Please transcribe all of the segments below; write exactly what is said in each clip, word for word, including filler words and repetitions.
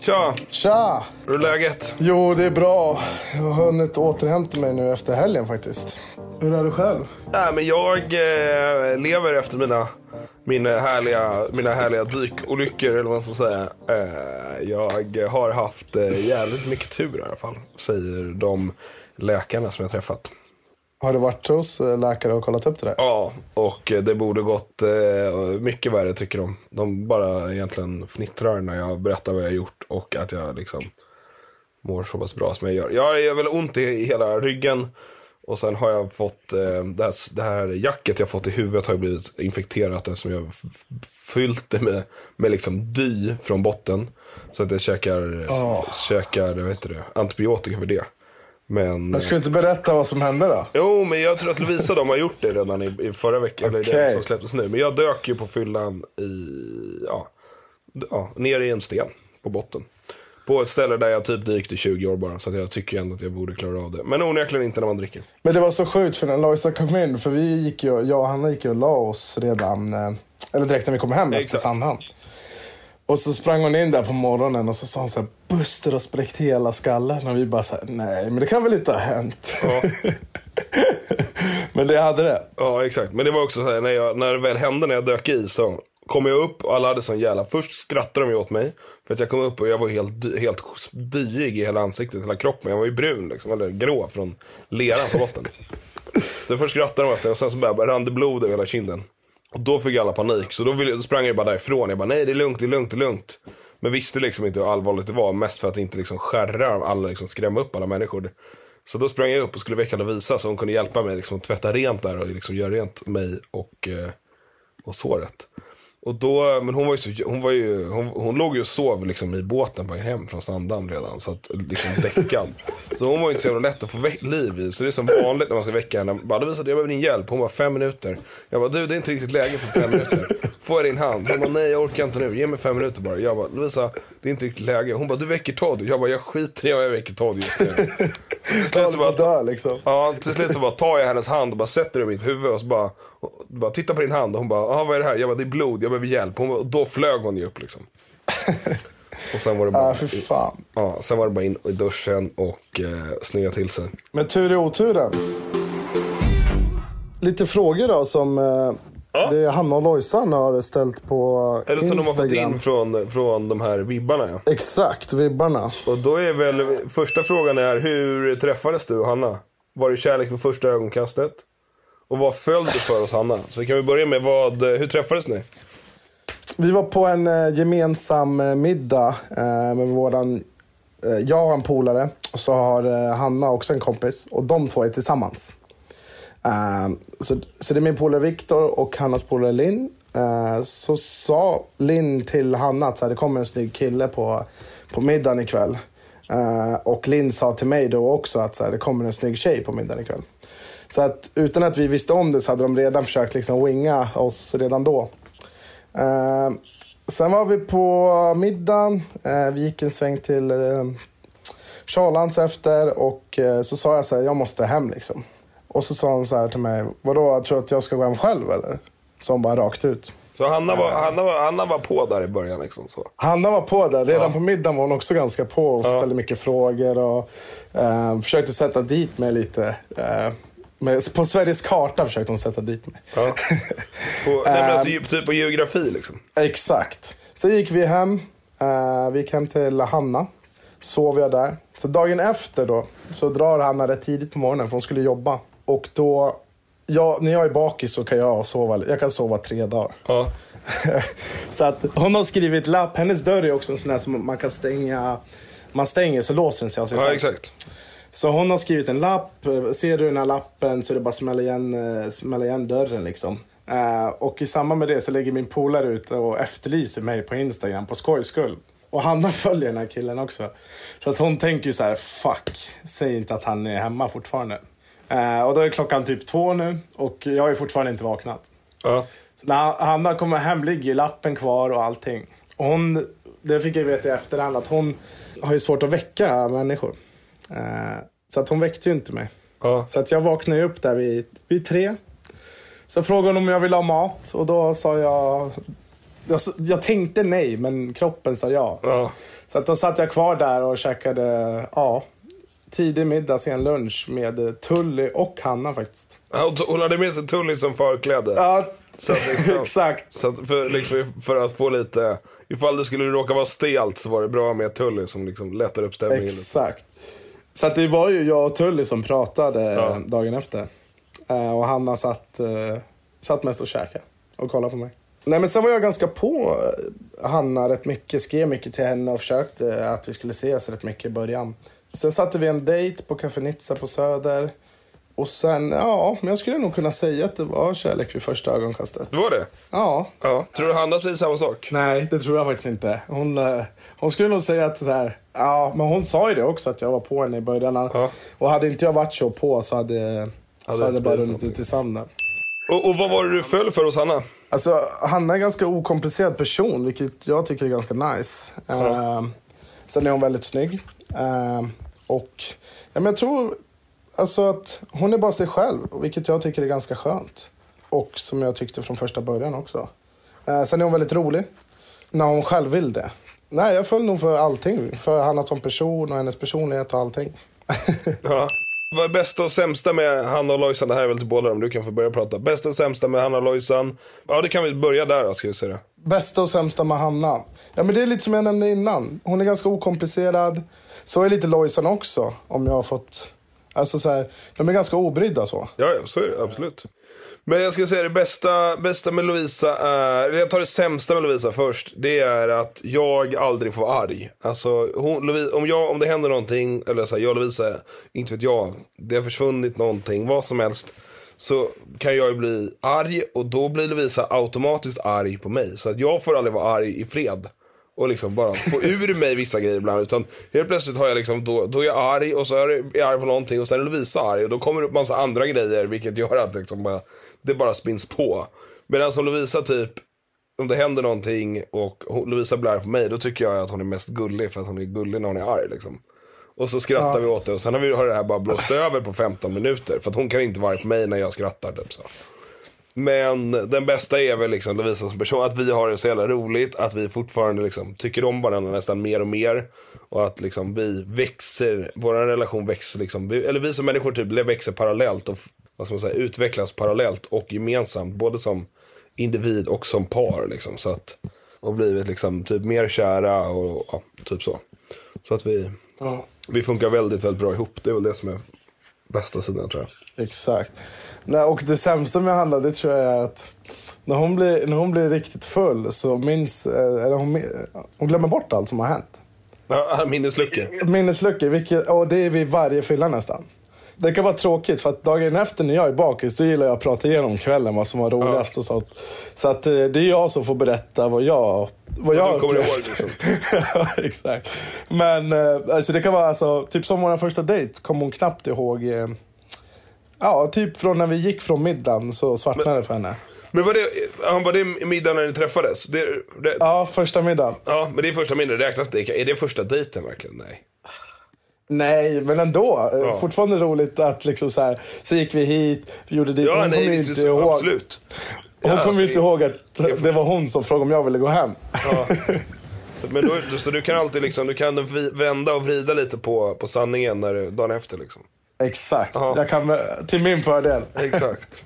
Tja! Tja! Hur är läget? Jo, det är bra. Jag har hunnit återhämta mig nu efter helgen faktiskt. Hur är du själv? Nej, men jag eh, lever efter mina, mina, härliga, mina härliga dykolyckor, eller vad man ska säga. Eh, jag har haft eh, jävligt mycket tur i alla fall, säger de läkarna som jag träffat. Har du varit hos läkare och kollat upp det där? Ja, och det borde gått eh, mycket värre tycker de. De bara egentligen fnittrar när jag berättar vad jag har gjort och att jag liksom mår så pass bra som jag gör. Jag är väl ont i hela ryggen och sen har jag fått eh, det, här, det här jacket jag fått i huvudet har blivit infekterat eftersom jag f- fyllt det med, med liksom dy från botten. Så att jag käkar, oh. käkar vad heter det, antibiotika för det. Men, men ska du inte berätta vad som hände då? Jo, men jag tror att Lovisa de har gjort det redan i, i förra veckan. Okay. Eller det som släpptes nu. Men jag dök ju på fyllan i, ja, ja, ner i en sten på botten. På ett ställe där jag typ dykt i tjugo år bara. Så att jag tycker ändå att jag borde klara av det. Men onekligen inte när man dricker. Men det var så sjukt för när Lojsa kom in. För vi gick ju, jag och Hanna gick ju och la oss redan, eller direkt när vi kom hem efter Sandhamn. Och så sprang hon in där på morgonen och så sa hon så här: Buster har spräckt hela skallen. Och vi bara så här: nej, men det kan väl inte ha hänt. Ja. Men det hade det. Ja, exakt. Men det var också så här, när, jag, när det väl hände när jag dök i så kom jag upp och alla hade sån jävla... Först skrattade de ju åt mig för att jag kom upp och jag var helt, helt dyig i hela ansiktet, hela kroppen. Jag var ju brun liksom, eller grå från leran på botten. Så först skrattade de efter och sen så bara rann det blod över hela kinden. Och då fick alla panik. Så då, ville, då sprang jag bara därifrån. Jag bara, nej det är lugnt, det är lugnt, det är lugnt. Men visste liksom inte hur allvarligt det var. Mest för att inte liksom skärra alla, liksom skrämma upp alla människor. Så då sprang jag upp och skulle väcka Lovisa så hon kunde hjälpa mig liksom att tvätta rent där och liksom göra rent mig och, och såret. Och då, men hon var ju så, hon var ju, hon, hon låg ju och sov liksom i båten på väg hem från Sandhamn redan, så att liksom däckad. Så hon var ju inte så jävla lätt att få väck, liv i. Så det är som vanligt när man ska väcka henne. Bara, Lovisa, jag behöver din hjälp. Hon var fem minuter. Jag bara, du det är inte riktigt läge för fem minuter. Får jag din hand? Hon bara, nej jag orkar inte nu. Ge mig fem minuter bara. Jag bara, Lovisa, det är inte riktigt läge. Hon bara, du väcker Todd. Jag bara, jag skiter i om jag väcker Todd just nu. Till slut så bara, dö, liksom. Ja, till slut så bara tar jag hennes hand och bara sätter det i mitt huvud och så bara, och bara titta på din hand. Och hon bara, ja vad är det här? Jag bara, det är blod, jag behöver hjälp. Hon bara, och då flög hon ju upp liksom. Och sen var det bara, ah, för fan. Ja, sen var det bara in i duschen och eh, snöa till sig. Men tur i oturen. Lite frågor då som eh, ja. det Hanna och Lojsan har ställt på eller som Instagram. de har fått in från, från de här vibbarna. Ja. Exakt, vibbarna. Och då är väl första frågan är, hur träffades du och Hanna? Var det kärlek på första ögonkastet? Och vad följde du för oss Hanna? Så kan vi börja med, vad, hur träffades ni? Vi var på en eh, gemensam eh, middag eh, med våran, eh, jag har en polare och så har eh, Hanna också en kompis och de två är tillsammans. Uh, så, så det är min polare Viktor och Hannas polare Linn. Uh, så sa Linn till Hanna att så här, det kommer en snygg kille på, på middagen ikväll. Uh, och Linn sa till mig då också att så här, det kommer en snygg tjej på middagen ikväll. Så att utan att vi visste om det så hade de redan försökt liksom winga oss redan då. Uh, sen var vi på middagen. Uh, vi gick en sväng till uh, Charlans efter och uh, så sa jag så här, jag måste hem liksom. Och så sa hon så här till mig, vadå, tror du att jag ska gå hem själv eller? Så hon bara rakt ut. Så Hanna var, Hanna var, Hanna var på där i början liksom så? Hanna var på där, redan ja. På middagen var hon också ganska på och ställde ja. mycket frågor och eh, försökte sätta dit mig lite. Eh, med, på Sveriges karta försökte hon sätta dit mig. Ja. På, nej, men alltså, typ på geografi liksom? Exakt. Så gick vi hem, eh, vi gick hem till Hanna, sov jag där. Så dagen efter då, så drar Hanna rätt tidigt på morgonen för hon skulle jobba. Och då, jag, när jag är bakis så kan jag sova, jag kan sova tre dagar. Ja. Så att hon har skrivit lapp, hennes dörr är också en sån här som man kan stänga, man stänger så låser den sig av sig själv. Ja, exakt. Så hon har skrivit en lapp, ser du den här lappen så är det bara smälla igen, smälla igen dörren liksom. Och i samband med det så lägger min polare ut och efterlyser mig på Instagram på skojs skull. Och Hanna följer den här killen också. Så att hon tänker ju så här, fuck, säg inte att han är hemma fortfarande. Uh, och då är klockan typ två nu och jag är fortfarande inte vaknat. Uh. Så när Hanna kommer hem ligger ju lappen kvar och allting. Och hon, det fick jag veta i efterhand att hon har ju svårt att väcka människor. Uh, så att hon väckte ju inte mig. Uh. Så att jag vaknade upp där vid, vid tre. Så frågade hon om jag ville ha mat och då sa jag jag, jag tänkte nej, men kroppen sa ja. Ja. Så att då satt jag kvar där och käkade, ja, tidig middag, sen lunch med Tully och Hanna faktiskt. Ja, och hon hade med sig Tully som förkläde. Ja, så att liksom, exakt. Så att för, liksom, för att få lite, ifall det skulle råka vara stelt så var det bra med Tully som liksom lättar upp stämningen. Exakt. Så att det var ju jag och Tully som pratade ja. dagen efter. Och Hanna satt, satt mest och käkade och kollade på mig. Nej, men sen var jag ganska på Hanna rätt mycket. Skrev mycket till henne och försökte att vi skulle ses rätt mycket i början. Sen satte vi en dejt på Café Nizza på Söder. Och sen, ja, men jag skulle nog kunna säga att det var kärlek vid första ögonkastet. Det var det? Ja. ja. Tror du Hanna säger samma sak? Nej, det tror jag faktiskt inte. Hon, hon skulle nog säga att så här, ja, men hon sa ju det också att jag var på henne i början. Ja. Och hade inte jag varit så på så hade, hade så hade det bara runnit ut i sanden. Och, och vad var det du föll för hos Hanna? Alltså, Hanna är en ganska okomplicerad person, vilket jag tycker är ganska nice. Ja. Uh, sen är hon väldigt snygg. Uh, och ja, men jag tror alltså att hon är bara sig själv, vilket jag tycker är ganska skönt. Och som jag tyckte från första början också. Uh, sen är hon väldigt rolig när hon själv vill det. Nej, jag föll nog för allting. För Hanna som person och hennes personlighet och allting. Ja. Vad är bästa och sämsta med Hanna och Lojsan? Det här är väl till båda dem, du kan få börja prata. Bästa och sämsta med Hanna och Lojsan? Ja, det kan vi börja där då, ska vi säga. Bästa och sämsta med Hanna? Ja, men det är lite som jag nämnde innan. Hon är ganska okomplicerad. Så är lite Lojsan också, om jag har fått... Alltså så här, de är ganska obrydda så. Ja, ja, så är det, absolut. Men jag ska säga det bästa, bästa med Lovisa är... Jag tar det sämsta med Lovisa först. Det är att jag aldrig får vara arg. Alltså, hon, Lovisa, om, jag, om det händer någonting, eller så här, jag och Lovisa, inte vet jag, det har försvunnit någonting, vad som helst, så kan jag ju bli arg, och då blir Lovisa automatiskt arg på mig. Så att jag får aldrig vara arg i fred. Och liksom bara få ur mig vissa grejer ibland. Utan helt plötsligt har jag liksom, då, då är jag arg, och så är jag arg på någonting, och sen är Lovisa arg, och då kommer det upp massa andra grejer, vilket gör att liksom bara, det bara spins på. Medan som Lovisa typ, om det händer någonting och Lovisa blir arg på mig, då tycker jag att hon är mest gullig, för att hon är gullig när hon är arg liksom. Och så skrattar ja. vi åt det, och sen har vi har det här bara blåst över på femton minuter, för att hon kan inte vara arg på mig när jag skrattar typ så. Men den bästa är väl liksom Lovisa som person, att vi har det så jävla roligt, att vi fortfarande liksom tycker om varandra nästan mer och mer, och att liksom vi växer, vår relation växer liksom, vi, eller vi som människor typ växer parallellt och, vad ska man säga, utvecklas parallellt och gemensamt, både som individ och som par liksom, så att, och blivit liksom typ mer kära och ja, typ så. Så att vi, ja. vi funkar väldigt, väldigt bra ihop. Det är väl det som är bästa sidan, tror jag. Exakt. Nej, och det sämsta med Hanna, det tror jag är att när hon blir, när hon blir riktigt full så minns, eller hon, hon glömmer bort allt som har hänt. Ja, minnesluckor. Minnesluckor, vilket, och det är vid varje fylla nästan. Det kan vara tråkigt, för att dagen efter när jag är bakis, då gillar jag att prata igenom kvällen vad som var roligast, ja. Och sånt. Så att det är jag som får berätta vad jag vad jag kommer ihåg liksom. Ja, exakt. Men alltså det kan vara alltså, typ som vår första dejt kom hon knappt ihåg. Ja, typ från när vi gick från middagen så svartnade det för henne. Men var det, var det middagen när ni träffades? Det, det... Ja, första middagen. Ja, men det är första middagen, räknas det? Är det första dejten verkligen? Nej. Nej, men ändå. Ja. Fortfarande roligt att liksom så här, så gick vi hit, vi gjorde dit. Ja, hon nej, kom inte inte så, ihåg. Absolut. Hon ja, kom alltså, ju inte ihåg att det var hon som frågade om jag ville gå hem. Ja. Så, men då, så du kan alltid liksom, du kan vända och vrida lite på, på sanningen när, dagen efter liksom. Exakt, ja. Jag kan, till min fördel. Exakt.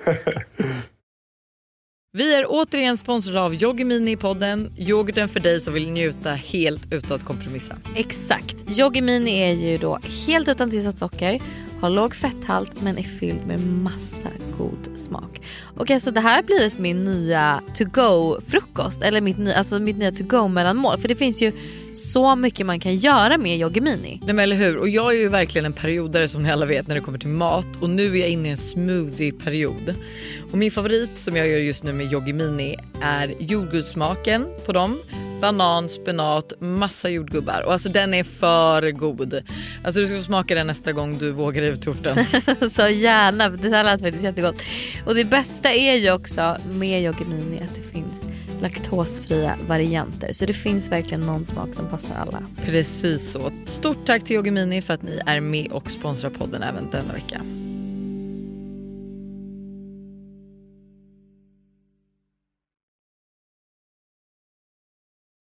Vi är återigen sponsrade av Yogimini i podden. Yoghurten för dig som vill njuta helt utan att kompromissa. Exakt. Yogimini är ju då helt utan tillsatt socker, har låg fetthalt men är fylld med massa god smak. Och alltså det här har blivit min nya to-go-frukost. Eller mitt, ny, alltså mitt nya to-go-mellanmål. För det finns ju så mycket man kan göra med Yogimini. Nej, men eller hur? Och jag är ju verkligen en periodare som ni alla vet när det kommer till mat. Och nu är jag inne i en smoothie-period. Och min favorit som jag gör just nu med Yogimini är jordgubbssmaken på dem. Banan, spenat, massa jordgubbar. Och alltså den är för god. Alltså du ska få smaka den nästa gång du vågar ut torten. Så gärna, det här lät faktiskt jättegott. Och det bästa är ju också med Yogimini att det finns laktosfria varianter. Så det finns verkligen någon smak som passar alla. Precis så. Stort tack till Yogimini för att ni är med och sponsrar podden även denna vecka.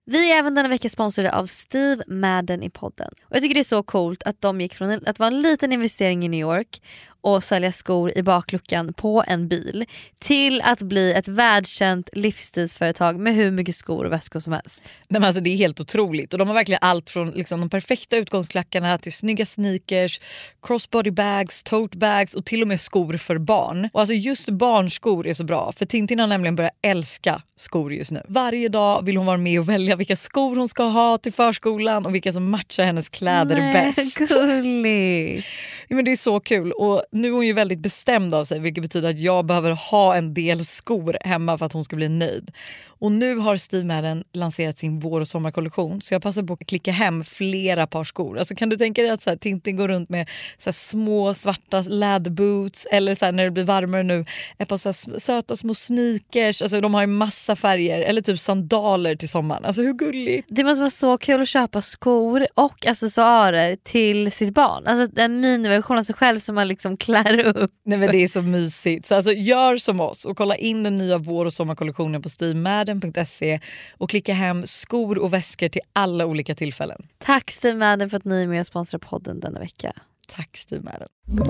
Vi är även denna vecka sponsrade av Steve Madden i podden. Och jag tycker det är så coolt att de gick från att vara en liten investering i New York och sälja skor i bakluckan på en bil till att bli ett världskänt livsstilsföretag med hur mycket skor och väskor som helst. Nej, men alltså, det är helt otroligt och de har verkligen allt från liksom, de perfekta utgångsklackarna till snygga sneakers, crossbody bags, tote bags och till och med skor för barn. Och alltså just barnskor är så bra för Tintin har nämligen börjat älska skor just nu. Varje dag vill hon vara med och välja vilka skor hon ska ha till förskolan och vilka som matchar hennes kläder Nej, bäst. Gulligt. Ja, men det är så kul och nu är hon ju väldigt bestämd av sig vilket betyder att jag behöver ha en del skor hemma för att hon ska bli nöjd. Och nu har Steve Madden lanserat sin vår- och sommarkollektion så jag passar på att klicka hem flera par skor. Alltså kan du tänka dig att så här, Tintin går runt med så här, små svarta läderboots eller så här, när det blir varmare nu ett par så här, söta små sneakers. Alltså de har ju massa färger eller typ sandaler till sommaren. Alltså hur gulligt? Det måste vara så kul att köpa skor och accessoarer till sitt barn. Alltså en miniversion av sig själv som man liksom klär upp. Nej men det är så mysigt. Så alltså gör som oss och kolla in den nya vår- och sommarkollektionen på steve madden punkt se och klicka hem skor och väskor till alla olika tillfällen. Tack Steve Madden för att ni är med och sponsrar podden denna vecka. Tack Steve Madden.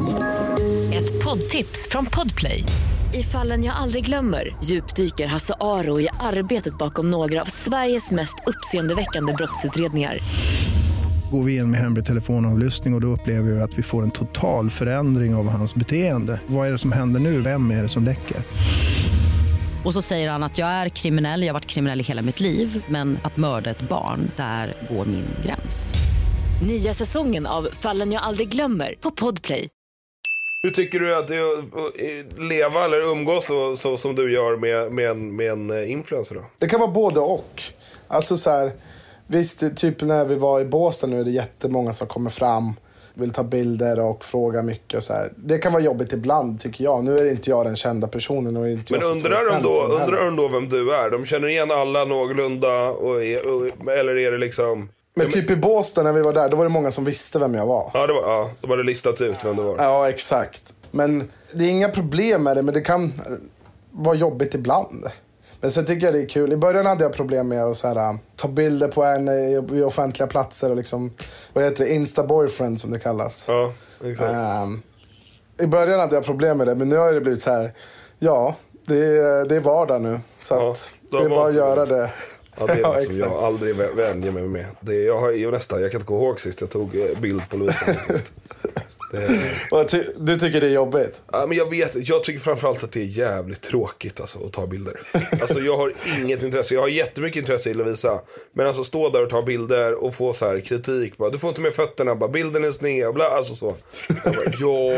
Ett poddtips från Podplay. I Fallen jag aldrig glömmer djupdyker Hasse Aro i arbetet bakom några av Sveriges mest uppseendeväckande brottsutredningar. Går vi in med hemlig telefonavlyssning och, och då upplever vi att vi får en total förändring av hans beteende. Vad är det som händer nu? Vem är det som läcker? Och så säger han att jag är kriminell, jag har varit kriminell i hela mitt liv. Men att mörda ett barn, där går min gräns. Nya säsongen av Fallen jag aldrig glömmer på Podplay. Hur tycker du att det är att leva eller umgås så, så som du gör med, med, en, med en influencer då? Det kan vara både och. Alltså så här, visst, typ när vi var i Båstad nu är det jättemånga som kommer fram, vill ta bilder och fråga mycket och så här. Det kan vara jobbigt ibland tycker jag. Nu är det inte jag den kända personen och inte men jag undrar de då, undrar de då vem du är? De känner igen alla någorlunda och, är, och eller är det liksom... Men typ i Båstad när vi var där, då var det många som visste vem jag var. Ja, det var, ja de hade listat ut vem det var. Ja, exakt. Men det är inga problem med det, men det kan vara jobbigt ibland. Men sen tycker jag det är kul. I början hade jag problem med att så här, ta bilder på en i offentliga platser och liksom, vad heter det, Insta-boyfriend som det kallas. Ja, exakt. Um, I början hade jag problem med det, men nu har det blivit så här, ja, det är, det är vardag nu. Så ja, att det är bara att göra det. Ja, det är ja, liksom jag aldrig vänjer mig med. Det är, jag har ju nästan, jag kan inte gå ihåg sist jag tog bild på Lovisa. Det... Ty, du tycker det är jobbigt? Ja, men jag vet, jag tycker framförallt att det är jävligt tråkigt alltså, att ta bilder. Alltså jag har inget intresse, jag har jättemycket intresse i Lovisa. Men alltså stå där och ta bilder och få så här kritik. Bara, du får inte med fötterna, bara bilden är sned, bla, alltså så. Jag bara,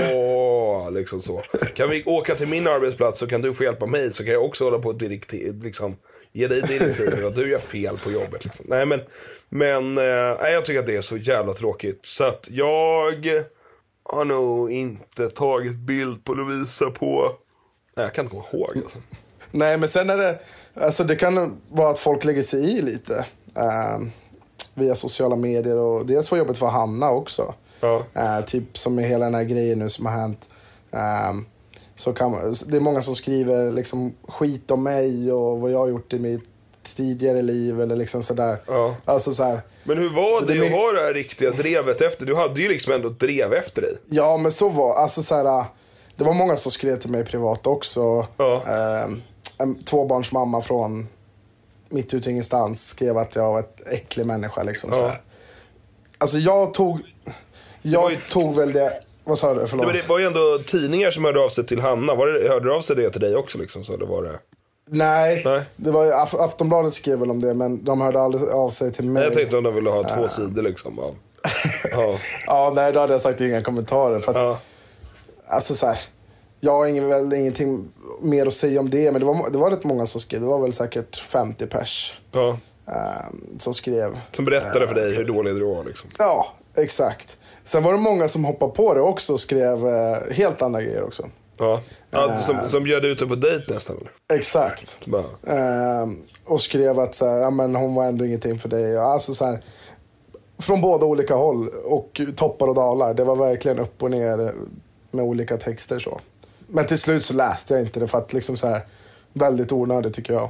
ja, liksom så. Kan vi åka till min arbetsplats så kan du få hjälpa mig, så kan jag också hålla på ett direktiv, liksom. Ge dig direktiv att du gör fel på jobbet liksom. Nej men, men eh, jag tycker att det är så jävla tråkigt. Så att jag har nog inte tagit bild på Lovisa på... Nej, jag kan inte gå ihåg alltså. Nej, men sen är det... Alltså det kan vara att folk lägger sig i lite. Uh, via sociala medier. Och det är så jobbigt för Hanna också. Ja. Uh, typ som med hela den här grejen nu som har hänt. Uh, så kan, det är många som skriver liksom skit om mig och vad jag har gjort i mitt tidigare liv eller liksom sådär. Ja. Alltså så här. Men hur var så det, det att ha det här riktiga drevet efter? Du hade ju liksom ändå ett drev efter dig. Ja, men så var alltså så här. Det var många som skrev till mig privat också. Ja. Eh, en tvåbarnsmamma från mitt ute ingenstans skrev att jag var ett äcklig människa liksom Ja. så här. Alltså jag tog jag ju... tog väl det. Vad sa du? Förlåt. Det, det var ju ändå tidningar som hörde av sig till Hanna. Var det, hörde av sig det till dig också liksom? Så det var det... Nej, Nej, det var ju, Aftonbladet skrev väl om det, men de hörde aldrig av sig till mig. jag tänkte om de ville ha två uh. sidor liksom. Ja. Ja. Ja, nej, då hade jag sagt inga kommentarer. För att, ja. Alltså så här, jag har ingen, väl ingenting mer att säga om det, men det var, det var rätt många som skrev. Det var väl säkert femtio pers Ja. um, som skrev. Som berättade för dig hur dålig du var liksom. Ja, exakt. Sen var det många som hoppade på det också och skrev uh, helt andra grejer också. Ja, ja som, som bjöd ut på dejt nästan. Exakt. Bara. Um, och skrev att så här, ja, men hon var ändå ingenting för dig. Alltså så här, från båda olika håll och toppar och dalar. Det var verkligen upp och ner med olika texter så. Men till slut så läste jag inte det för att liksom så här, väldigt onödigt tycker jag.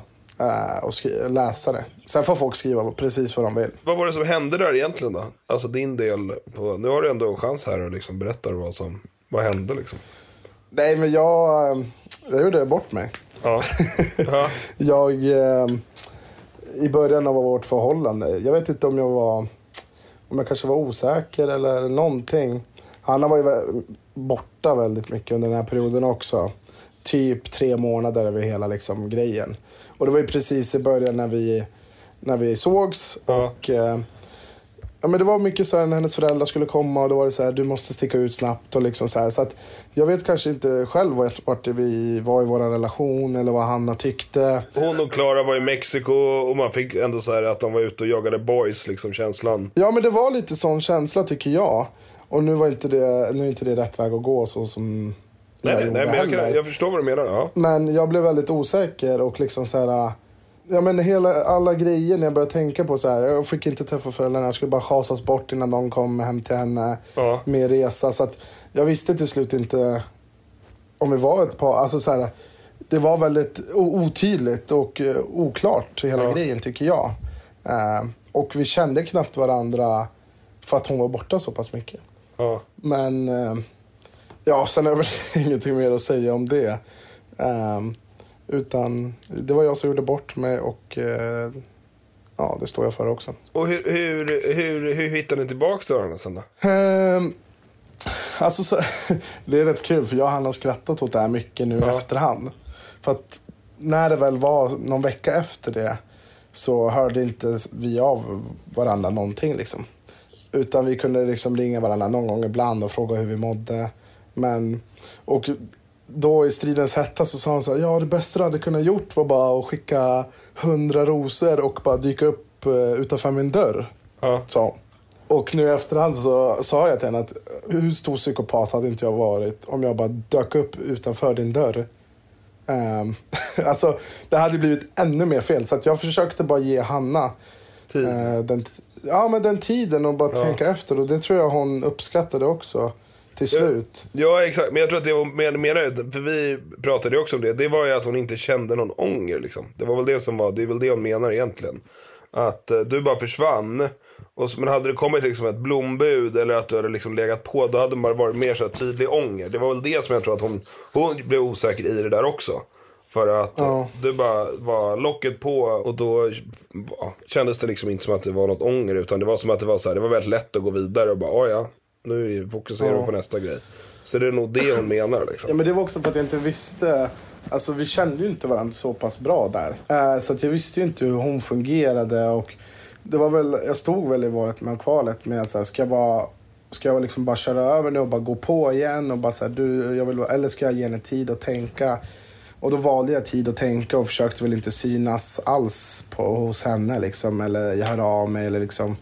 uh, och skri- läsa det. Sen får folk skriva precis vad de vill. Vad var det som hände där egentligen då? Alltså din del på, nu har du ändå en chans här att liksom berätta vad som, vad hände liksom. Nej, men jag, jag gjorde bort mig. Ja. Ja. jag, uh, i början av vårt förhållande, jag vet inte om jag var, om jag kanske var osäker eller någonting. Hanna var ju borta väldigt mycket under den här perioden också. Typ tre månader över hela liksom grejen. Och det var ju precis i början när vi, när vi sågs. Ja. Och eh, ja, men det var mycket så här när hennes föräldrar skulle komma. Och då var det så här, du måste sticka ut snabbt. Och liksom så här. Så att jag vet kanske inte själv vart, vart vi var i vår relation. Eller vad Hanna tyckte. Hon och Clara var i Mexiko. Och man fick ändå så här att de var ute och jagade boys, liksom känslan. Ja, men det var lite sån känsla tycker jag. Och nu var inte det, nu är inte det rätt väg att gå så som... Nej, nej, nej men jag, kan, jag förstår vad du menar. Ja. Men jag blev väldigt osäker och liksom så här... Ja, men hela, alla grejer när jag började tänka på så här. Jag fick inte träffa föräldrarna. Jag skulle bara chasas bort innan de kom hem till henne Ja. med resa. Så att jag visste till slut inte om vi var ett par. Alltså så här, det var väldigt otydligt och uh, oklart hela Ja. grejen tycker jag. Uh, och vi kände knappt varandra för att hon var borta så pass mycket. Ja. Men... Uh, Ja, sen är det väl ingenting mer att säga om det. Um, utan det var jag som gjorde bort mig och uh, ja, det står jag för också. Och hur, hur, hur, hur hittade ni tillbaka till varandra sen då? Um, alltså, så, det är rätt kul för jag och han har skrattat åt det här mycket nu Ja. i efterhand. För att när det väl var någon vecka efter det så hörde inte vi av varandra någonting liksom. Utan vi kunde liksom ringa varandra någon gång ibland och fråga hur vi mådde. Men, och då i stridens hetta så sa han så här, ja det bästa du hade kunnat gjort var bara att skicka hundra rosor och bara dyka upp uh, utanför min dörr. Ja. Så. Och nu i efterhand så sa jag till henne att hur stor psykopat hade inte jag varit om jag bara dök upp utanför din dörr. Um, alltså det hade blivit ännu mer fel så att jag försökte bara ge Hanna Tid. uh, den, ja, men den tiden och bara Ja. tänka efter och det tror jag hon uppskattade också. Till slut. Ja, exakt. Men jag tror att det var med, med det, för vi pratade ju också om det. Det var ju att hon inte kände någon ånger liksom. Det var väl det som var, det är väl det hon menar egentligen. Att uh, du bara försvann. Och så, men hade det kommit liksom ett blombud eller att du hade liksom legat på, då hade det bara varit mer så här tydlig ånger. Det var väl det som jag tror att hon, hon blev osäker i det där också. För att Ja. uh, du bara var locket på och då ja, kändes det liksom inte som att det var något ånger, utan det var som att det var så här, det var väldigt lätt att gå vidare och bara, oh, ja. Nu fokuserar vi Ja. på nästa grej. Så det är nog det hon menar liksom. Ja, men det var också för att jag inte visste. Alltså vi kände ju inte varandra så pass bra där. Eh, så att jag visste ju inte hur hon fungerade. Och det var väl, jag stod väl i valet med kvalet med att så här, ska jag bara, ska jag liksom bara köra över nu och bara gå på igen. Och bara så här, du, jag vill, eller ska jag ge henne tid att tänka. Och då valde jag tid att tänka och försökte väl inte synas alls på, hos henne liksom. Eller jag hörde av mig eller liksom.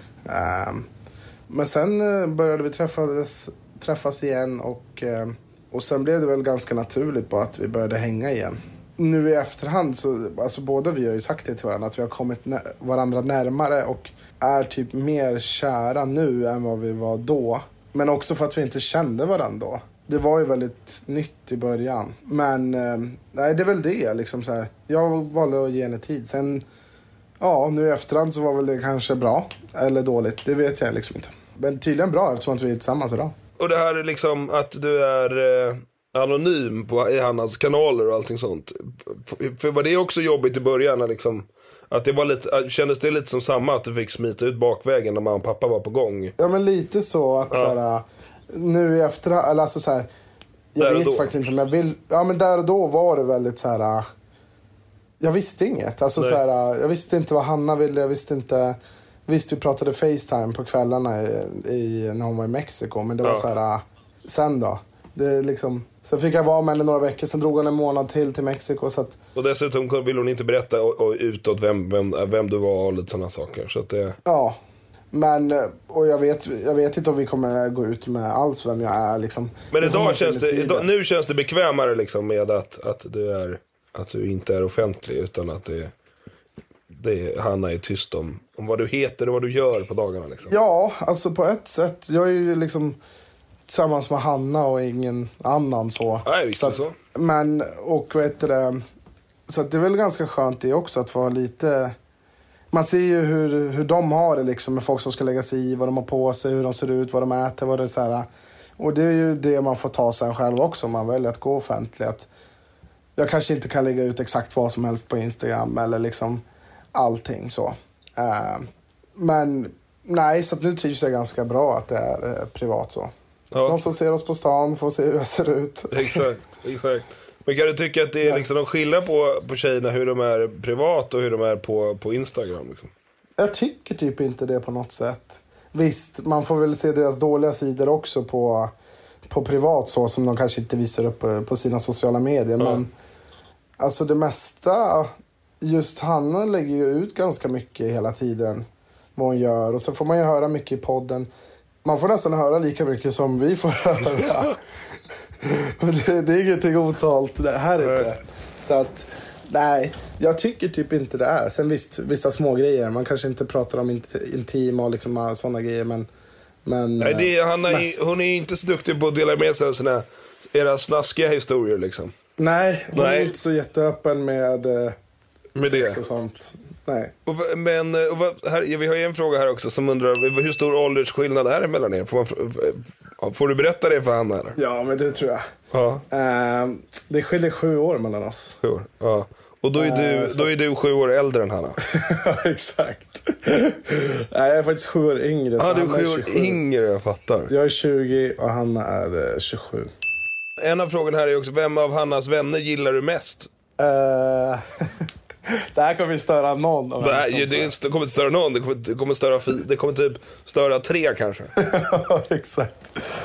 Eh, Men sen började vi träffas, träffas igen och, och sen blev det väl ganska naturligt på att vi började hänga igen. Nu i efterhand så, alltså båda vi har ju sagt det till varandra att vi har kommit nä- varandra närmare och är typ mer kära nu än vad vi var då. Men också för att vi inte kände varandra då. Det var ju väldigt nytt i början. Men nej, det är väl det liksom så här. Jag valde att ge henne tid. Sen, ja, nu i efterhand så var väl det kanske bra eller dåligt. Det vet jag liksom inte. Men tydligen bra eftersom att vi är tillsammans idag. Och det här är liksom att du är eh, anonym på, i Hannas kanaler och allting sånt. För, för var det också jobbigt i början liksom, att det var lite, kändes det lite som samma att du fick smita ut bakvägen när mamma och pappa var på gång? Ja, men lite så att Ja. så här, nu i efterhand, eller alltså så här, jag Där och vet då. faktiskt inte om jag vill, ja men där och då var det väldigt så här, jag visste inget. Alltså Nej. så här, jag visste inte vad Hanna ville, jag visste inte, visst vi pratade FaceTime på kvällarna i, i, när hon var i Mexiko, men det var Ja. så här, sen då? Det liksom, sen fick jag vara med henne några veckor, sen drog hon en månad till till Mexiko så att, Och dessutom ville hon inte berätta och, och utåt vem, vem, vem du var och lite sådana saker. Så att det... ja. Men, och jag vet, jag vet inte om vi kommer gå ut med alls vem jag är liksom. Men Det får man idag se känns med det, tiden. idag, nu känns det bekvämare liksom med att, att, du är, att du inte är offentlig, utan att det, det Hanna är tyst om, om vad du heter och vad du gör på dagarna liksom. Ja, alltså på ett sätt. Jag är ju liksom tillsammans med Hanna och ingen annan så. Nej, visst är det att- så. Men, och vad heter det? Så att det är väl ganska skönt det också att vara lite... Man ser ju hur, hur de har det liksom med folk som ska lägga sig i, vad de har på sig, hur de ser ut, vad de äter, vad det är så här. Och det är ju det man får ta sig själv också om man väljer att gå offentligt. Att jag kanske inte kan lägga ut exakt vad som helst på Instagram eller liksom allting så. Uh, men nej, så att nu trivs jag ganska bra att det är uh, privat så. Ja. De som ser oss på stan får se hur jag ser ut. Exakt, exakt. Men kan du tycka att det är liksom, de skiljer på, på tjejerna hur de är privat och hur de är på, på Instagram? Liksom? Jag tycker typ inte det på något sätt. Visst, man får väl se deras dåliga sidor också på, på privat så som de kanske inte visar upp på sina sociala medier. Mm. Men alltså det mesta, just Hanna lägger ju ut ganska mycket hela tiden vad hon gör. Och så får man ju höra mycket i podden. Man får nästan höra lika mycket som vi får höra. det, det är ingenting otalt det här inte. Mm. Så att, nej, jag tycker typ inte det är. Sen visst, vissa små grejer. Man kanske inte pratar om intima och liksom sådana grejer, men... men nej, det är, Hanna mest... är, hon är inte så duktig på att dela med sig av sina, era snaskiga historier liksom. Nej, hon nej. är inte så jätteöppen med, med sex det. Och sånt. Nej. Och, men och vad, här, vi har ju en fråga här också som undrar hur stor åldersskillnad är det mellan er? Får, man, får du berätta det för Hanna? Eller? Ja, men det tror jag. Ja. Uh, det skiljer sju år mellan oss. Sju år, ja. Och då är, du, uh, så... då är du sju år äldre än Hanna. Exakt. Nej, jag är faktiskt sju år yngre. Ja, ah, du är sju år yngre, jag fattar. Jag är tjugo och Hanna är uh, tjugosju. En av frågorna här är också, vem av Hannas vänner gillar du mest? Uh... Det här kommer störa någon av det, här, det, det kommer inte störa någon. Det kommer, det kommer, störa, det kommer typ störa tre kanske. Exakt.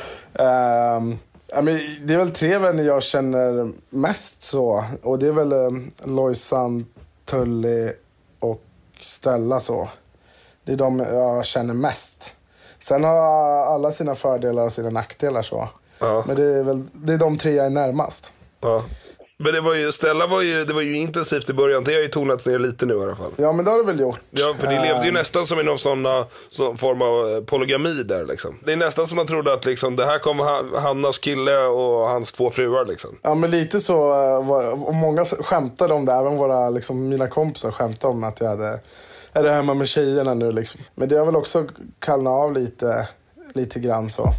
um, I mean, Det är väl tre vänner jag känner mest så. Och det är väl um, Lojsan, Tully och Stella så. Det är de jag känner mest. Sen har alla sina fördelar och sina nackdelar så. Ja. Men det är väl det är de tre jag är närmast. Ja. Men det var ju, Stella var ju, det var ju intensivt i början. Det har ju tonat ner lite nu i alla fall. Ja, men det har det väl gjort. Ja, för det uh... levde ju nästan som i någon sån, sån form av polygami där liksom. Det är nästan som man trodde att liksom, det här kommer Hannas kille och hans två fruar liksom. Ja, men lite så var, och många skämtade om det. Även våra, liksom, mina kompisar skämtade om att jag hade, är det hemma med tjejerna nu liksom. Men det har väl också kallnat av lite, lite grann så.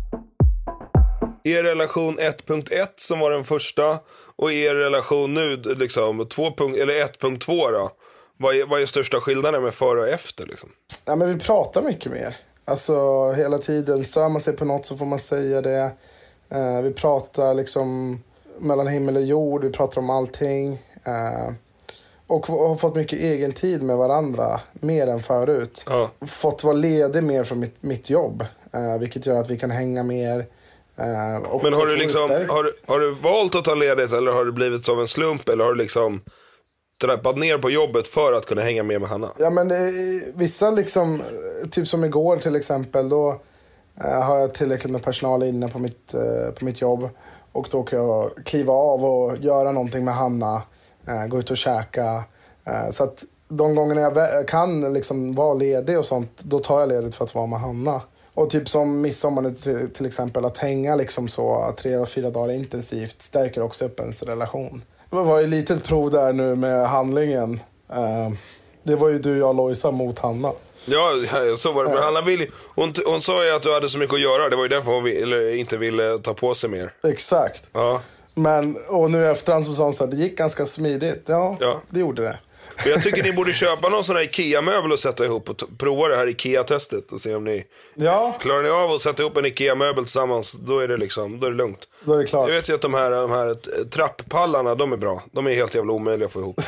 Er relation ett punkt ett som var den första och er relation nu liksom två. Eller ett punkt två då. Vad är, vad är största skillnaden med före och efter liksom? Ja, men vi pratar mycket mer. Alltså hela tiden, stör man sig på något så får man säga det. Uh, vi pratar liksom mellan himmel och jord, vi pratar om allting. Uh, och har fått mycket egen tid med varandra, mer än förut. Ja. Fått vara ledig mer från mitt, mitt jobb, uh, vilket gör att vi kan hänga mer. Uh, Men har du liksom har du, har du valt att ta ledigt eller har det blivit som en slump eller har du liksom trappat ner på jobbet för att kunna hänga med med Hanna? Ja, men det, vissa liksom, typ som igår till exempel, då uh, har jag tillräckligt med personal inne på mitt, uh, på mitt jobb och då kan jag kliva av och göra någonting med Hanna, uh, gå ut och käka, uh, så att de gångerna jag kan liksom vara ledig och sånt, då tar jag ledigt för att vara med Hanna. Och typ som midsommar till, till exempel, att hänga liksom så tre, fyra dagar intensivt stärker också upp ens relation. Det var ju ett litet prov där nu med handlingen. Uh, det var ju du, jag och Lojsa mot Hanna. Ja, så var det. Men Hanna vill, hon, hon sa ju att du hade så mycket att göra. Det var ju därför hon vill, inte ville ta på sig mer. Exakt. Ja. Men, och nu efterhand så sa hon så att det gick ganska smidigt. Ja, ja. Det gjorde det. För jag tycker ni borde köpa någon sån här Ikea-möbel och sätta ihop och t- prova det här Ikea-testet och se om ni ja. klarar ni av att sätta ihop en Ikea-möbel tillsammans, då är det liksom, då är det lugnt. Då är det klart. Jag vet ju att de här, de här trapppallarna, de är bra. De är helt jävla omöjliga att få ihop.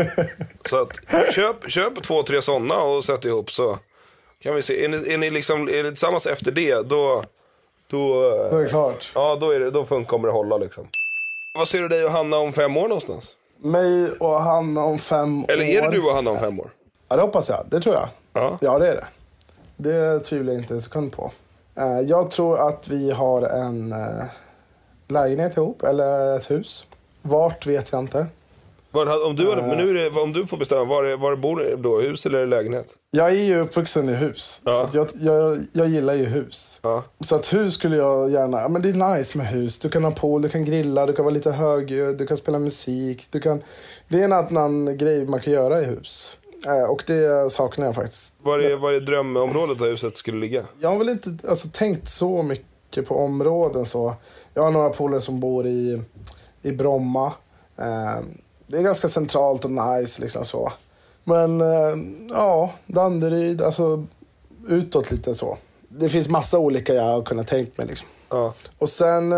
Så att köp, köp två, tre sådana och sätt ihop så kan vi se. Är ni, är ni liksom är ni tillsammans efter det, då då, då är det klart. Ja, då är det, då funkar, kommer det hålla liksom. Vad ser du dig och Hanna om fem år någonstans? Mig och Hanna om fem år. Eller är det du och Hanna om fem år? Ja, det hoppas jag. Det tror jag. Ja, ja det är det. Det tvivlar jag inte en sekund på. Jag tror att vi har en lägenhet ihop, eller ett hus. Vart vet jag inte. Var, om, du hade, men nu är det, om du får bestämma, var, var bor du då? Hus eller lägenhet? Jag är ju uppvuxen i hus. Ja. Så att jag, jag, jag gillar ju hus. Ja. Så att hus skulle jag gärna... Men det är nice med hus. Du kan ha pool, du kan grilla, du kan vara lite högljudd, du kan spela musik. Du kan, det är en annan grej man kan göra i hus. Och det saknar jag faktiskt. Var är, var är drömområdet där huset skulle ligga? Jag har väl inte alltså, tänkt så mycket på områden så. Jag har några polare som bor i, i Bromma. Det är ganska centralt och nice liksom så. Men ja, Danderyd, alltså utåt lite så. Det finns massa olika jag har kunnat tänkt mig liksom. Ja. Och sen,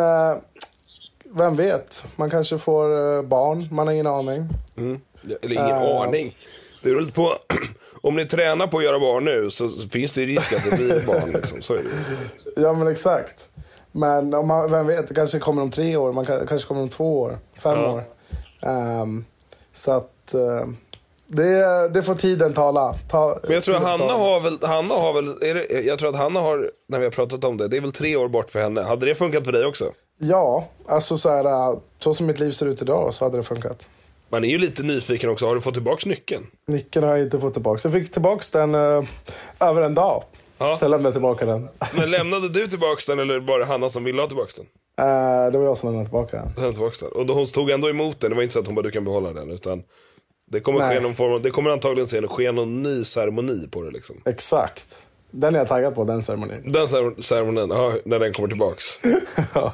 vem vet, man kanske får barn, man har ingen aning. Mm. Eller ingen uh, aning. Det är roligt på, om ni tränar på att göra barn nu så finns det risk att det blir barn liksom. Så är det. Ja men exakt. Men om man, vem vet, det kanske kommer om tre år, man kanske kommer om två år, fem ja. år. Um, så att uh, det, det får tiden tala. Ta, Men jag tror att Hanna tala. har väl, Hanna har väl är det, jag tror att Hanna har, när vi har pratat om det, det är väl tre år bort för henne. Hade det funkat för dig också? Ja, alltså så här, så som mitt liv ser ut idag så hade det funkat. Man är ju lite nyfiken också. Har du fått tillbaka nyckeln? Nyckeln har jag inte fått tillbaka. Jag fick tillbaka den uh, över en dag. Ja. Så jag lämnade tillbaka den. Men lämnade du tillbaka den eller bara Hanna som ville ha tillbaka den? Uh, det var jag som lämnade tillbaka den. Tillbaka den. Och då hon tog ändå emot den. Det var inte så att hon bara, du kan behålla den. Utan det kommer, ske någon form, det kommer antagligen sen ske någon ny ceremoni på det liksom. Exakt. Den är jag taggad på, den ceremonin. Den ceremonin, ja, när den kommer tillbaks. Ja.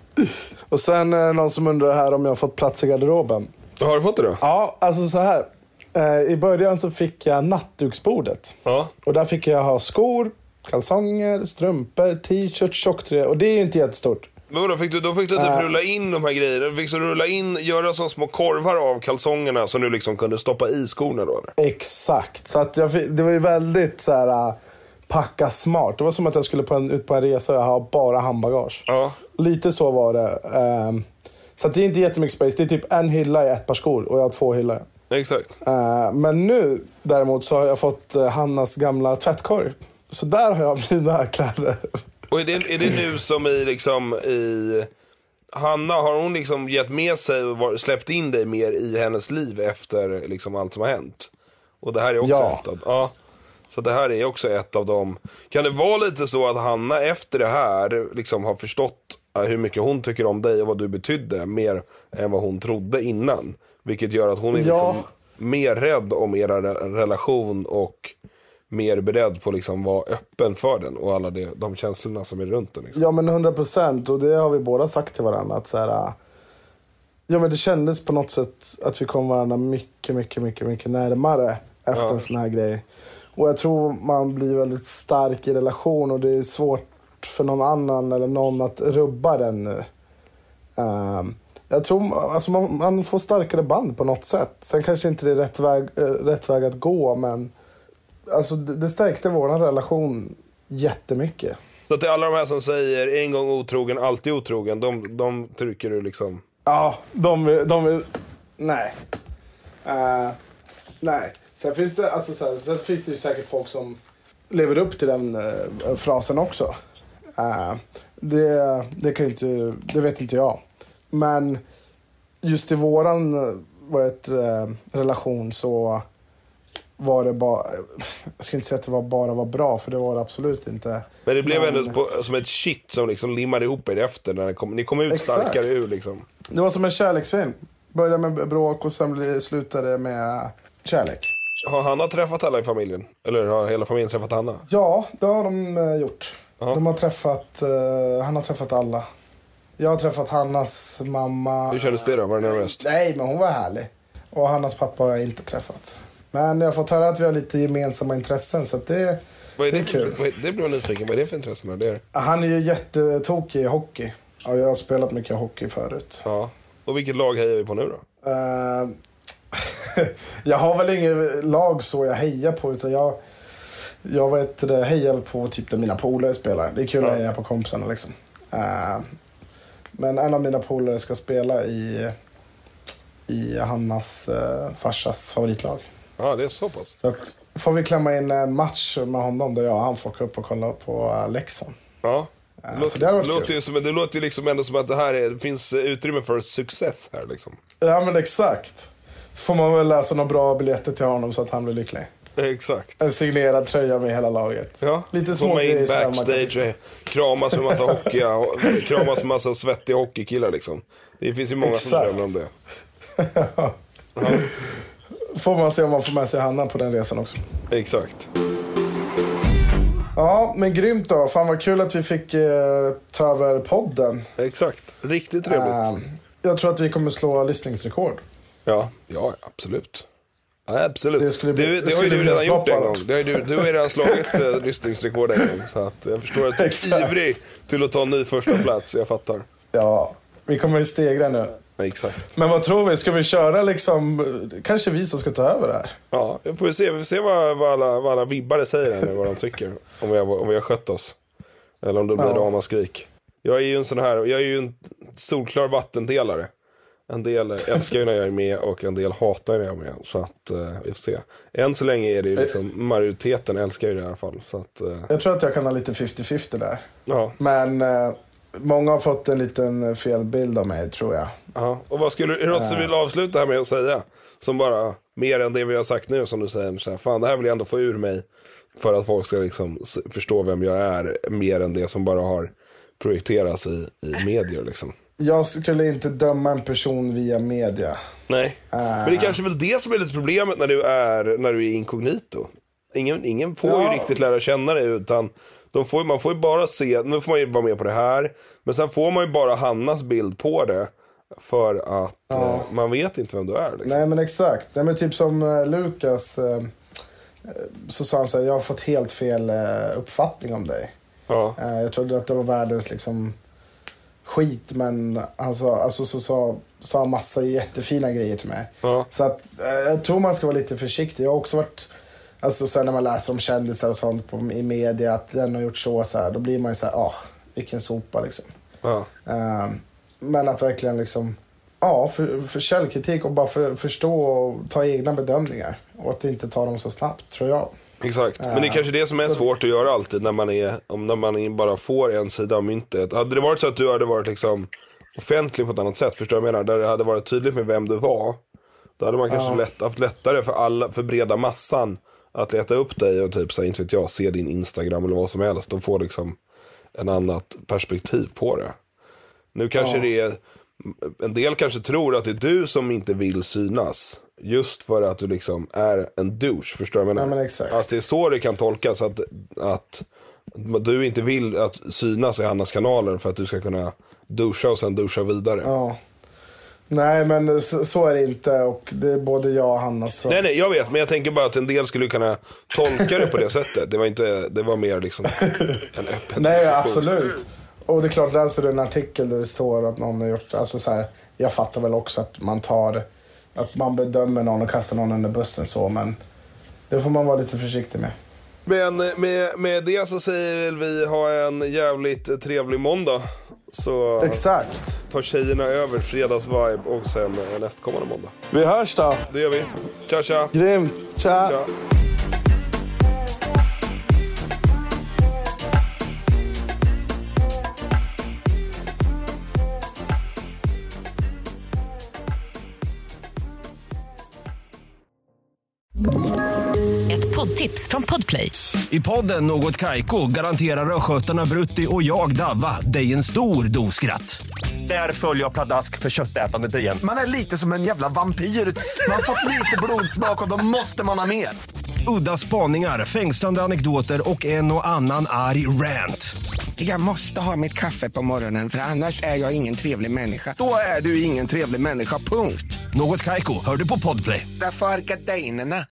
Och sen är det någon som undrar här om jag har fått plats i garderoben. Har du fått det då? Ja, alltså så här. Eh, I början så fick jag nattduksbordet. Ja. Och där fick jag ha skor, kalsonger, strumpor, t-shirt, tjocktröja. Och det är ju inte jättestort. Men då fick du, då fick du typ äh. rulla in de här grejerna. Fick du rulla in, göra så små korvar av kalsongerna som du liksom kunde stoppa i skorna då? Eller? Exakt. Så att jag fick, det var ju väldigt så här... packa smart. Det var som att jag skulle på en, ut på en resa och jag har bara handbagage. Ja. Lite så var det. Um, så att det är inte jättemycket space. Det är typ en hylla i ett par skor och jag har två hyllor. Exakt. Uh, men nu däremot så har jag fått uh, Hannas gamla tvättkorg. Så där har jag mina kläder. Och är det, är det nu som i liksom i... Hanna, har hon liksom gett med sig och släppt in dig mer i hennes liv efter liksom allt som har hänt? Och det här är också ja. ett av... Ja. Så det här är också ett av dem. Kan det vara lite så att Hanna efter det här liksom har förstått hur mycket hon tycker om dig och vad du betydde mer än vad hon trodde innan? Vilket gör att hon är liksom ja. mer rädd om era relation och mer beredd på liksom vara öppen för den och alla det, de känslorna som är runt den. Liksom. Ja men hundra procent, och det har vi båda sagt till varandra att så här, ja men det kändes på något sätt att vi kom varandra mycket, mycket, mycket, mycket närmare efter ja. en sån här grej. Och jag tror man blir väldigt stark i relation och det är svårt för någon annan eller någon att rubba den nu. Um, jag tror alltså man, man får starkare band på något sätt. Sen kanske inte det är rätt väg, äh, rätt väg att gå, men alltså det, det stärkte vår relation jättemycket. Så att alla de här som säger en gång otrogen, alltid otrogen, de, de trycker du liksom? Ja, de, de nej. Uh, nej. Sen finns det, alltså, så här, sen finns det ju säkert folk som lever upp till den uh, frasen också. Uh, det, det, kan inte, det vet inte jag. Men just i våran vad heter det, relation så var det bara... Jag ska inte säga att det var bara var bra, för det var det absolut inte. Men det blev Men, ändå på, som ett shit som liksom limmade ihop er efter när ni kom, ni kom ut exakt. starkare ur liksom. Det var som en kärleksfilm. Började med bråk och sen slutade med kärlek. Har Hanna träffat alla i familjen? Eller har hela familjen träffat Hanna? Ja, det har de uh, gjort. Uh-huh. De har träffat, uh, han har träffat alla. Jag har träffat Hannas mamma. Hur kändes det då? Var det nervöst? Nej, men hon var härlig. Och Hannas pappa har jag inte träffat. Men jag har fått höra att vi har lite gemensamma intressen, så att det, vad är det det är kul. Vad är, det blir jag nyfiken. Vad är det för intressen? Det är... Han är ju jättetokig i hockey. Och jag har spelat mycket hockey förut. Ja. Och vilket lag hejar vi på nu då? Uh, jag har väl inget lag så jag hejar på, utan jag, jag vet, hejar på typ där mina polare spelar. Det är kul ja. att heja på kompisarna liksom. Uh, men en av mina polare ska spela i, i Hannas uh, farsas favoritlag. Ja, det är så pass. Så att, får vi klämma in en match med honom där jag och han får åka upp och kolla på uh, Leksand. Ja. Uh, låter, det, låter ju som, det låter ju liksom ändå som att det här är, det finns utrymme för success här liksom. Ja, men exakt. Så får man väl läsa några bra biljetter till honom så att han blir lycklig. Exakt. En signerad tröja med hela laget. Ja. Lite små komma in grejer backstage och kramas med massa hockey, kramas med massa svettiga hockeykillar liksom. Det finns ju många Exakt. som drömmer om det. Ja. Får man se om man får med sig Hanna på den resan också. Exakt. Ja, men grymt då. Fan vad kul att vi fick eh, ta över podden. Exakt. Riktigt trevligt. Uh, jag tror att vi kommer slå lyssningsrekord. Ja, ja absolut. Ja, absolut. Det, skulle bli, det, det, det har ju du redan gjort en gång. Det har du, du har ju redan slagit uh, lyssningsrekord en gång. Så att jag förstår att du är ivrig till att ta en ny första plats. Jag fattar. Ja, vi kommer ju stegra nu. Ja, exakt. Men vad tror vi? Ska vi köra liksom... Kanske vi som ska ta över det här? Ja, vi får se, vi får se vad, vad, alla, vad alla vibbare säger här nu, vad de tycker. Om vi har, om vi har skött oss. Eller om det blir ja. ramaskrik. Jag är ju en sån här, jag är ju en solklar vattendelare. En del älskar ju när jag är med och en del hatar när jag är med. Så att, eh, vi får se. Än så länge är det ju liksom, majoriteten älskar ju det i alla fall. Så att, eh. Jag tror att jag kan ha lite fifty fifty där. Ja. Men eh, många har fått en liten felbild av mig, tror jag. Ja. Och vad skulle, är det något som vill avsluta här med att säga? Som bara, mer än det vi har sagt nu, som du säger. Så här, fan, det här vill jag ändå få ur mig. För att folk ska liksom förstå vem jag är. Mer än det som bara har projekteras i, i medier liksom. Jag skulle inte döma en person via media. Nej, uh. men det är kanske väl det som är lite problemet när du är, när du är inkognito. Ingen, ingen får ja. ju riktigt lära känna dig, utan de får, man får ju bara se, nu får man ju vara med på det här, men sen får man ju bara Hannas bild på det. För att ja. eh, man vet inte vem du är liksom. Nej men exakt, nej, men typ som eh, Lukas eh, så sa han så här, jag har fått helt fel eh, uppfattning om dig. Ja. eh, Jag trodde att det var världens liksom skit, men alltså, alltså så sa sa massa jättefina grejer till mig. Ja. Så att eh, jag tror man ska vara lite försiktig. Jag har också varit, alltså så här, när man läser om kändisar och sånt på, i media, att den har gjort så, så här, då blir man ju så här, ah, vilken sopa liksom. Ja. Eh, men att verkligen liksom, ja, för, för källkritik och bara för, förstå och ta egna bedömningar. Och att inte ta dem så snabbt, tror jag. Exakt, men det är kanske det som är så... svårt att göra alltid när man, är, om, när man bara får en sida av myntet. Hade det varit så att du hade varit liksom offentlig på ett annat sätt, förstår jag menar, där det hade varit tydligt med vem du var, då hade man kanske ja. lätt, haft lättare för alla, för breda massan att leta upp dig och typ, så här, inte vet jag, se din Instagram eller vad som helst och få liksom en annat perspektiv på det. Nu kanske ja. det är, en del kanske tror att det är du som inte vill synas, just för att du liksom är en douche, förstår du? Ja, men exakt. Att det är så det kan tolkas, att, att du inte vill att synas i Hannas kanaler för att du ska kunna duscha och sen duscha vidare. Ja. Nej, men så, så är det inte, och det är både jag och Hanna så... Nej, nej, jag vet, men jag tänker bara att en del skulle kunna tolka det på det sättet. Det var inte, det var mer liksom en öppen Nej, absolut. Och det är klart, läser du en artikel där det står att någon har gjort, alltså så här, jag fattar väl också att man tar, att man bedömer någon och kastar någon under bussen så, men det får man vara lite försiktig med. Men med, med det så säger vi ha en jävligt trevlig måndag. Så exakt. Tar tjejerna över fredagsvibe och sen nästkommande måndag. Vi hörs då. Det gör vi. Tja, tja. Grymt. Tja. Tja. Ett poddtips från Podplay. I podden Något Kaiko garanterar röskötarna Brutti och jag Davva dig en stor doskratt. Där följer jag pladask för köttätandet igen. Man är lite som en jävla vampyr. Man har fått lite blodsmak och då måste man ha mer. Udda spaningar, fängslande anekdoter och en och annan arg rant. Jag måste ha mitt kaffe på morgonen, för annars är jag ingen trevlig människa. Då är du ingen trevlig människa, punkt. Något Kaiko, hör du på Podplay. Därför är gardinerna.